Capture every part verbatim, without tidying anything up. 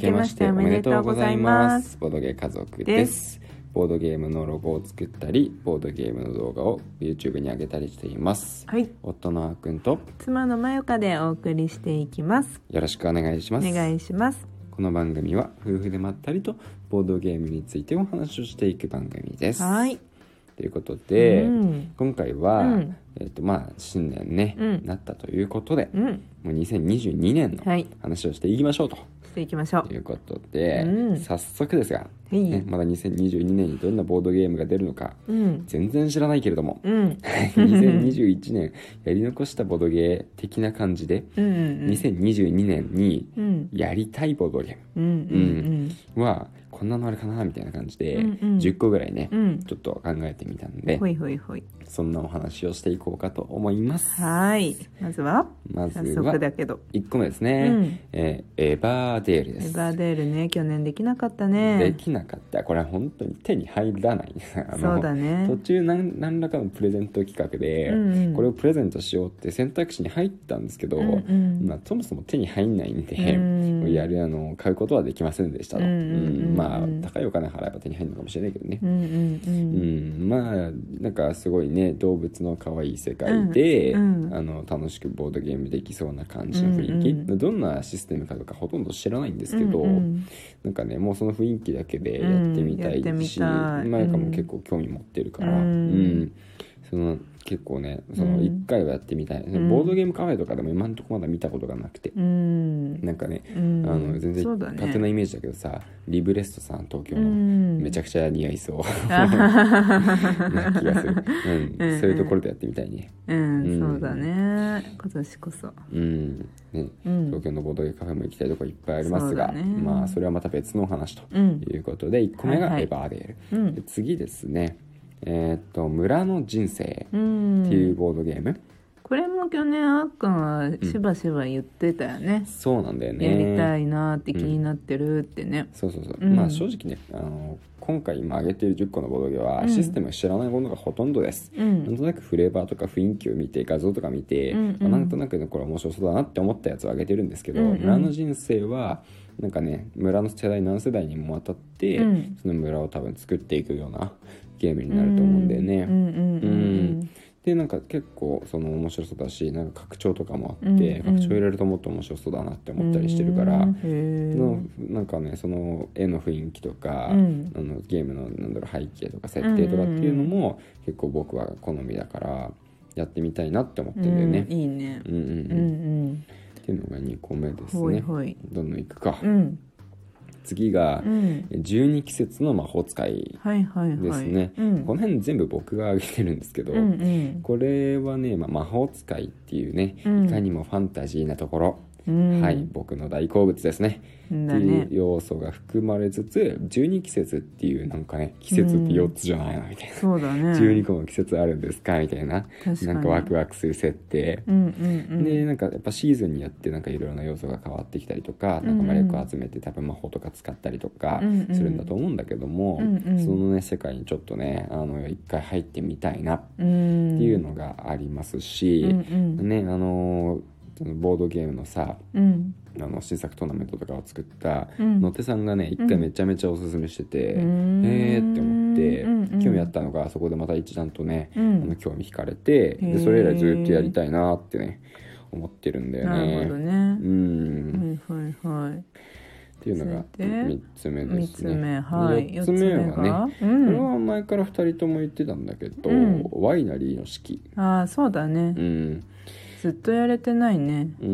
けましておめでとうございます。ボードゲー家族です。ボードゲームのロゴを作ったり、ボードゲームの動画を YouTube に上げたりしています。 はい。 夫のあーくんと妻のまよかでお送りしていきます。 よろしくお願いします。 お願いします。 この番組は夫婦でまったりとボードゲームについてお話をしていく番組です。 はい。 ということで、 うん、 今回は、 うんえーとまあ、新年ね、 うん、 なったということで、 うん、 もうにせんにじゅうにねんの話をしていきましょうと、 していきましょうということで、 うん、 早速ですが、 はい、 ね、まだにせんにじゅうにねんにどんなボードゲームが出るのか、 うん、 全然知らないけれども、 うん、 にせんにじゅういちねんやり残したボードゲー的な感じで、 うんうんうん、 にせんにじゅうにねんにやりたいボードゲーム、 うんうんうん、 はこんなのあるかなみたいな感じで、 うんうん、 じゅっこぐらいね、 うん、 ちょっと考えてみたんで、 ほいほいほい、 そんなお話をしていこうかと思います。 はい。まずはまずは早速だけどいっこめですね、うんえー、エバーデールです。 エバーデールね、去年できなかったね。 できなかった。これは本当に手に入らないあのそうだね。 途中 何, 何らかのプレゼント企画で、うんうん、これをプレゼントしようって選択肢に入ったんですけど、うんうんまあ、そもそも手に入んないんで、うん、やるあの買うことはできませんでしたと、うんうんうん、まあ高いお金払えば手に入るのかもしれないけどね、うんうんうんうん、まあなんかすごいね、動物の可愛い世界で、うんうん、あの楽しくボードゲームできそうな感じの雰囲気、うんうん、どんなシステムかとかほとんど知らないんですけど、うんうん、なんかねもうその雰囲気だけでやってみたいし、うん、前からも結構興味持ってるから、うんうん、その結構ねそのいっかいはやってみたい、うん、ボードゲームカフェとかでも今のところまだ見たことがなくて、うん、なんかね、うん、あの全然勝手なイメージだけどさ、リブレストさん東京の、うん、めちゃくちゃ似合いそうな気がする、うんうん、そういうところでやってみたいね、 うんうん、そうだね、今年こそ、 うんねうん、東京のボードゲームカフェも行きたいところいっぱいありますが、ね、まあそれはまた別のお話ということで、うん、いっこめがエバーデール、はいはい、で次ですねえー、っと村の人生っていうボードゲーム、 これも去年あっくんはしばしば言ってたよね、 うん、そうなんだよね、 やりたいなって気になってるってね、 うん、そうそうそう、うん、まあ正直ねあの今回今挙げているじゅっこのボードゲームはシステムを知らないものがほとんどです、うん、なんとなくフレーバーとか雰囲気を見て画像とか見て、うんうんまあ、なんとなく、ね、これ面白そうだなって思ったやつを挙げてるんですけど、うんうん、村の人生はなんかね村の世代何世代にもわたって、うん、その村を多分作っていくようなゲームになると思うんだよね、うんうんうんうんでなんか結構その面白そうだし、なんか拡張とかもあって、うんうん、拡張入れるともっと面白そうだなって思ったりしてるから、のなんかねその絵の雰囲気とか、うん、あのゲームのなんだろう背景とか設定とかっていうのも結構僕は好みだからやってみたいなって思ってるんだよね、 うん、いいね、 うんうんうんうん、っていうのがにこめですね。ほいほいどんどんいくか、うん次が、うん、じゅうにきせつの魔法使いですね、はいはいはいうん、この辺全部僕が挙げてるんですけど、うんうん、これはね、まあ、魔法使いっていうね、うん、いかにもファンタジーなところ、うん、はい僕の大好物ですね、ねっていう要素が含まれつつじゅうにきせつっていうなんかね季節ってよっつじゃないのみたいな、 そうだね、 じゅうにこの季節あるんですかみたいな、なんかワクワクする設定、うんうんうん、でなんかやっぱシーズンによってなんかいろいろな要素が変わってきたりとか、なんか魔力を集めて多分魔法とか使ったりとかするんだと思うんだけども、うんうん、そのね世界にちょっとねあの一回入ってみたいなっていうのがありますし、うんうん、ねあのボードゲームのさ、うん、あの新作トーナメントとかを作った野手さんがね、うん、一回めちゃめちゃおすすめしてて、うん、へーって思って、うんうん、興味あったのがそこでまた一段とね、うん、あの興味惹かれて、でそれ以来ずっとやりたいなってね思ってるんだよね。 なるほどね、うんはいはいはいっていうのがみっつめですね。 みっつめ、はい、 よっつめはね、うん、これは前からふたりとも言ってたんだけど、うん、ワイナリーの式。 ああそうだね、うんずっとやれてないね、 うん、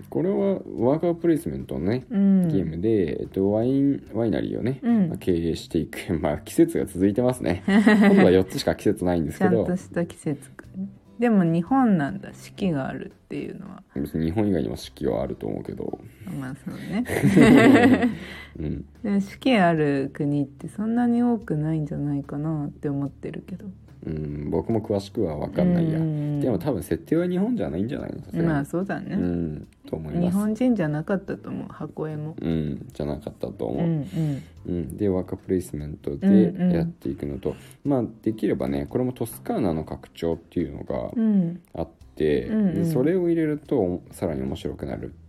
これはワーカープレイスメントのね、うん、ゲームで、えっと、ワインワイナリーをね、うんまあ、経営していく、まあ、季節が続いてますね今度はよっつしか季節ないんですけどちゃんとした季節か、ね、でも日本なんだ四季があるっていうのは。 別に日本以外にも四季はあると思うけど、 まあそうね、うん、でも四季ある国ってそんなに多くないんじゃないかなって思ってるけど、 うん、僕も詳しくは分かんないや、うん、でも多分設定は日本じゃないんじゃないの。 まあそうだね、うん、と思います。日本人じゃなかったと思う、箱絵も、 うん、じゃなかったと思う、うんうんうん、でワーカープレイスメントでやっていくのと、うんうん、まあできればねこれもトスカーナの拡張っていうのがあって、うんうん、でそれを入れるとさらに面白くなる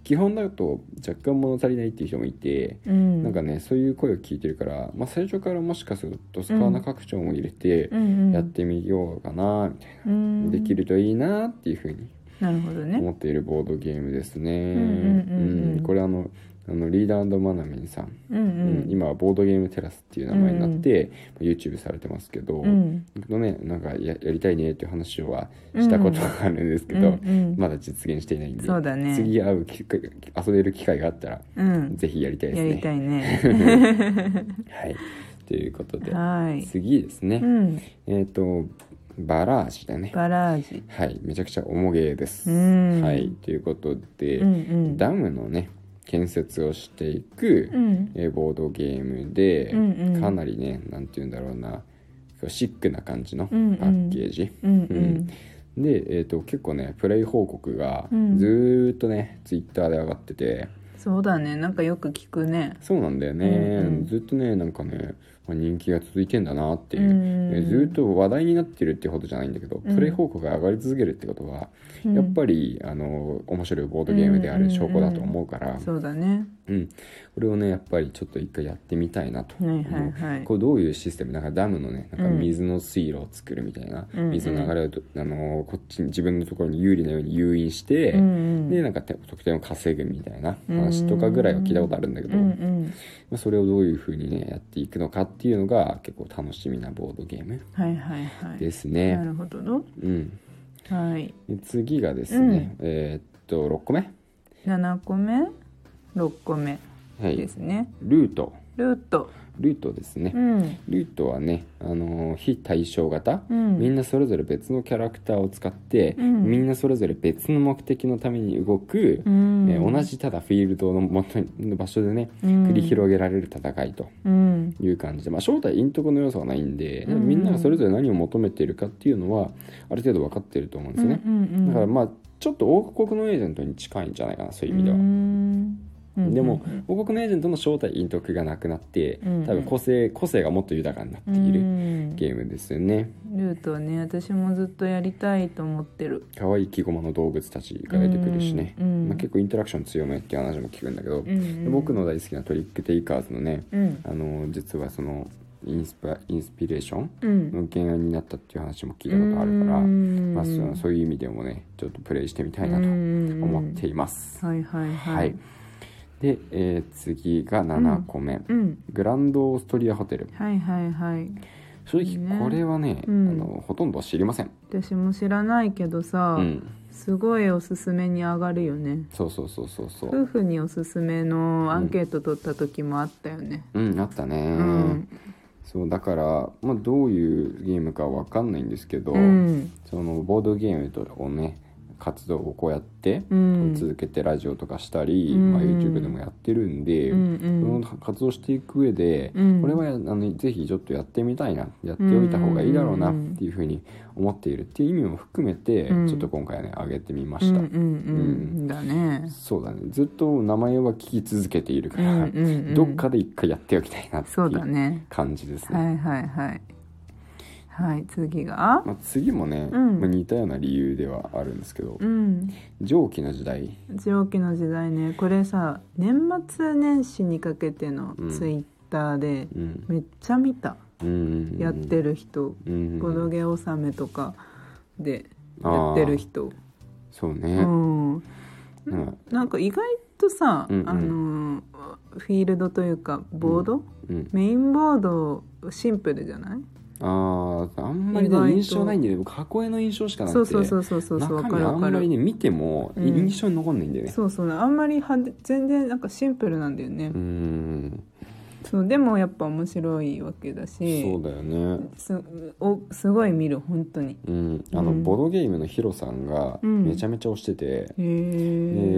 基本だと若干物足りないっていう人もいて、うん、なんかねそういう声を聞いてるから、まあ、最初からもしかするとスカーナ拡張も入れてやってみようかなみたいな、うん、できるといいなっていうふうに思っているボードゲームですね。これあのあのリーダー&マナミンさん、うんうんうん、今はボードゲームテラスっていう名前になって、うん、YouTube されてますけど、うん、ね、なんか や, やりたいねっていう話をはしたことがあるんですけど、うんうん、まだ実現していないんで、 そうだね、 次会う機会遊べる機会があったら、うん、ぜひやりたいですね。 やりたいねはいということで、 はい、 次ですね、うん、えっ、ー、とバラージだね。 バラージ、 はい、めちゃくちゃ重ゲーです、うん、はいということで、うんうん、ダムのね建設をしていく、うん、えボードゲームで、うんうん、かなりねなんて言うんだろうなシックな感じのパッケージ、うんうんうん、で、えーと、結構ねプレイ報告がずーっとね、うん、ツイッターで上がってて、 そうだね、なんかよく聞くね。 そうなんだよね、うんうん、ずっとねなんかね人気が続いてんだなっていう、うん、ずっと話題になってるってほどじゃないんだけど、うん、プレイ報告が上がり続けるってことは、うん、やっぱりあの面白いボードゲームである証拠だと思うから、うんうんうん、 そうだね、 うん、これをねやっぱりちょっと一回やってみたいなと、 はいはいはい、 これどういうシステムなんかダムのねなんか水の水路を作るみたいな、うん、水の流れを、あのこっちに自分のところに有利なように誘引して、うんうん、でなんか得点を稼ぐみたいな話とかぐらいは聞いたことあるんだけど、うんうん、まあ、それをどういう風にねやっていくのかっていうのが結構楽しみなボードゲームですね。 はいはいはい、なるほどの、 うん、 はい、 次がですね、うん、えー、っとろっこめななこめろっこめですね、はい、 ルートルートルートですね、うん、ルートはね、あのー、非対称型、うん、みんなそれぞれ別のキャラクターを使って、うん、みんなそれぞれ別の目的のために動く、うん、えー、同じただフィールドの元の場所でね、うん、繰り広げられる戦いという感じで、まあ、正体陰徳の要素はないんで、うん、みんながそれぞれ何を求めているかっていうのはある程度分かっていると思うんですね、うんうんうん、だからまあちょっと王国のエージェントに近いんじゃないかな、そういう意味では。うんでも、うんうんうん、王国のエージェントの正体陰徳がなくなって、うんうん、多分個性個性がもっと豊かになっているゲームですよね。 ルートはね私もずっとやりたいと思ってる。 可愛い木駒の動物たちが出てくるしね、うんうんまあ、結構インタラクション強めっていう話も聞くんだけど、うんうん、僕の大好きなトリックテイカーズのね、うん、あの実はそのインスパ、インスピレーションの原案になったっていう話も聞いたことあるから、うんまあ、そ, そういう意味でもねちょっとプレイしてみたいなと思っています、 うん、はいはいはい、はい、 で、えー、次がななこめ、うんうん、グランドオーストリアホテル。 はいはいはい。 正直これはね、うん、あのほとんど知りません。 私も知らないけどさ、うん、すごいおすすめに上がるよね。 そうそうそうそうそう。 夫婦におすすめのアンケート取った時もあったよね。 うん、うん、あったね、うん、そうだから、まあ、どういうゲームかわかんないんですけど、うん、そのボードゲームとをね活動をこうやって続けてラジオとかしたり、うんまあ、YouTube でもやってるんで、うんうん、その活動していく上で、うん、これはあのぜひちょっとやってみたいなやっておいた方がいいだろうなっていうふうに思っているっていう意味も含めて、うん、ちょっと今回ね上げてみました、うんうんうんうん、だね。 そうだね、ずっと名前は聞き続けているから、うんうんうん、どっかで一回やっておきたいなっていう感じですね。 はいはいはいはい、次が、 まあ、次もね、うんまあ、似たような理由ではあるんですけど、うん、蒸気の時代蒸気の時代ね。これさ年末年始にかけてのツイッターでめっちゃ見た、うん、やってる人、うん、ボドゲ納めとかでやってる人。 そうね、うん、 なんか意外とさ、うんうん、あのフィールドというかボード、うんうん、メインボードシンプルじゃない？ ああんまりね印象ないんだよね。僕箱絵の印象しかなくて、 そうそうそうそうそう、 中身あんまりね見ても印象に残んないんだよね、 うん、そうそうあんまりは全然なんかシンプルなんだよね。うーんそうでもやっぱ面白いわけだし、 そうだよね、 す, おすごい見る本当に、 うん、あの、うん、ボードゲームのヒロさんがめちゃめちゃ推してて、うん、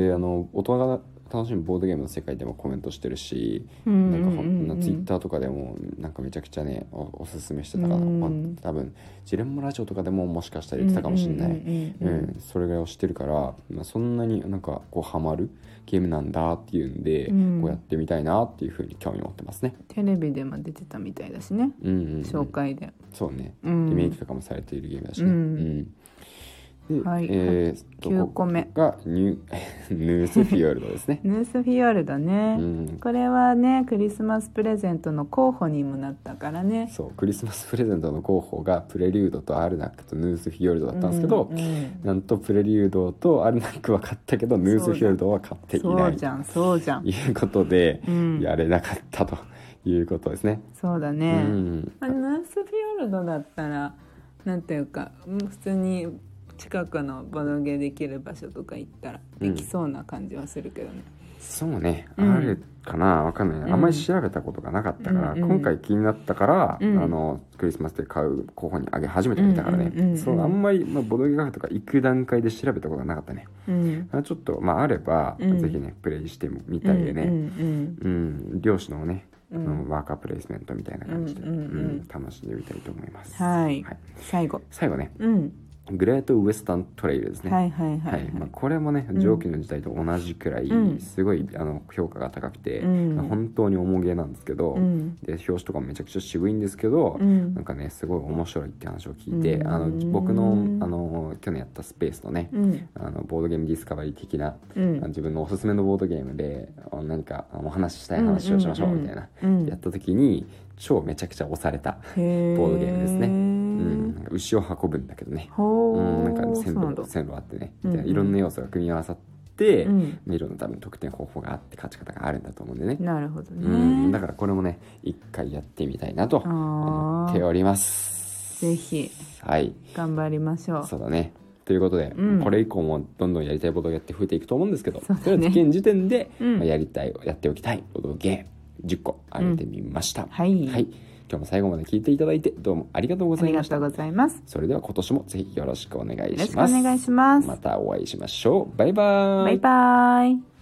であの大人が楽しむボードゲームの世界でもコメントしてるし、うんうんうんうん、なんかツイッターとかでもなんかめちゃくちゃね お, おすすめしてたから、うんまあ、多分ジレンマラジオとかでももしかしたら言ってたかもしれない、それぐらい推してるから、まあ、そんなになんかこうハマるゲームなんだっていうんで、うん、こうやってみたいなっていうふうに興味持ってますね。 テレビでも出てたみたいだしね、うんうんうん、紹介で。 そうね、リメイクとかもされているゲームだしね、うんうん、 で、 はい、 えー、 きゅうこめがニュヌースフィヨルドですね。 ヌースフィヨルドね、 うん、 これはねクリスマスプレゼントの候補にもなったからね。 そうクリスマスプレゼントの候補がプレリュードとアルナックとヌースフィヨルドだったんですけど、 うんうん、 なんとプレリュードとアルナックは買ったけどヌースフィヨルドは買っていないそうじゃんそうじゃんいうことで、 うん、 やれなかったということですね。 そうだね、 うん、 まあ、ヌースフィヨルドだったらなんていうか普通に近くのボドゲできる場所とか行ったらできそうな感じはするけどね、うん、 そうね、 うん、 あるかなわかんない、うん、あんまり調べたことがなかったから、うん、今回気になったから、うん、あのクリスマスで買う候補にあげ始めてみたからね、うんうんうんうん、そうあんまり、まあ、ボドゲカフェとか行く段階で調べたことがなかったね、うん、ちょっと、まあ、あれば、うん、ぜひねプレイしてみたいでね、うんうんうん、漁師のねうん、ワーカープレイスメントみたいな感じで、うんうんうんうん、楽しんでみたいと思います。 はい、はい、最後最後ね、 うん、 グレートウエスタントレイルですね。 はいはいはい、はいはい、 まあ、これもね蒸気の時代と同じくらいすごい、あの評価が高くて、うんまあ、本当に重げなんですけど、うん、で表紙とかもめちゃくちゃ渋いんですけど、うん、なんかねすごい面白いって話を聞いて、うん、あの僕のあの去年やったスペースのね、うん、あのボードゲームディスカバリー的な、うん、自分のおすすめのボードゲームで何かお話ししたい話をしましょうみたいな、うんうんうん、やった時に超めちゃくちゃ押されたボードゲームですね。うん、牛を運ぶんだけどね、うん、なんか線路線路あってね、うんうん、いろんな要素が組み合わさって、うん、いろんな多分得点方法があって勝ち方があるんだと思うんでね。 なるほどね、 うん、だからこれもね一回やってみたいなと思っております。 ぜひ、 はい、 頑張りましょう。 そうだね。ということで、うん、これ以降もどんどんやりたいボードゲームって増えていくと思うんですけど、それは現時点で、うんまあ、やりたいやっておきたいボードゲームじゅっこ挙げてみました、うん、はい、はい、今日も最後まで聞いていただいてどうもありがとうございました。 ありがとうございます。 それでは今年もぜひよろしくお願いします。 よろしくお願いします。 またお会いしましょう。バイバーイ。 バイバーイ。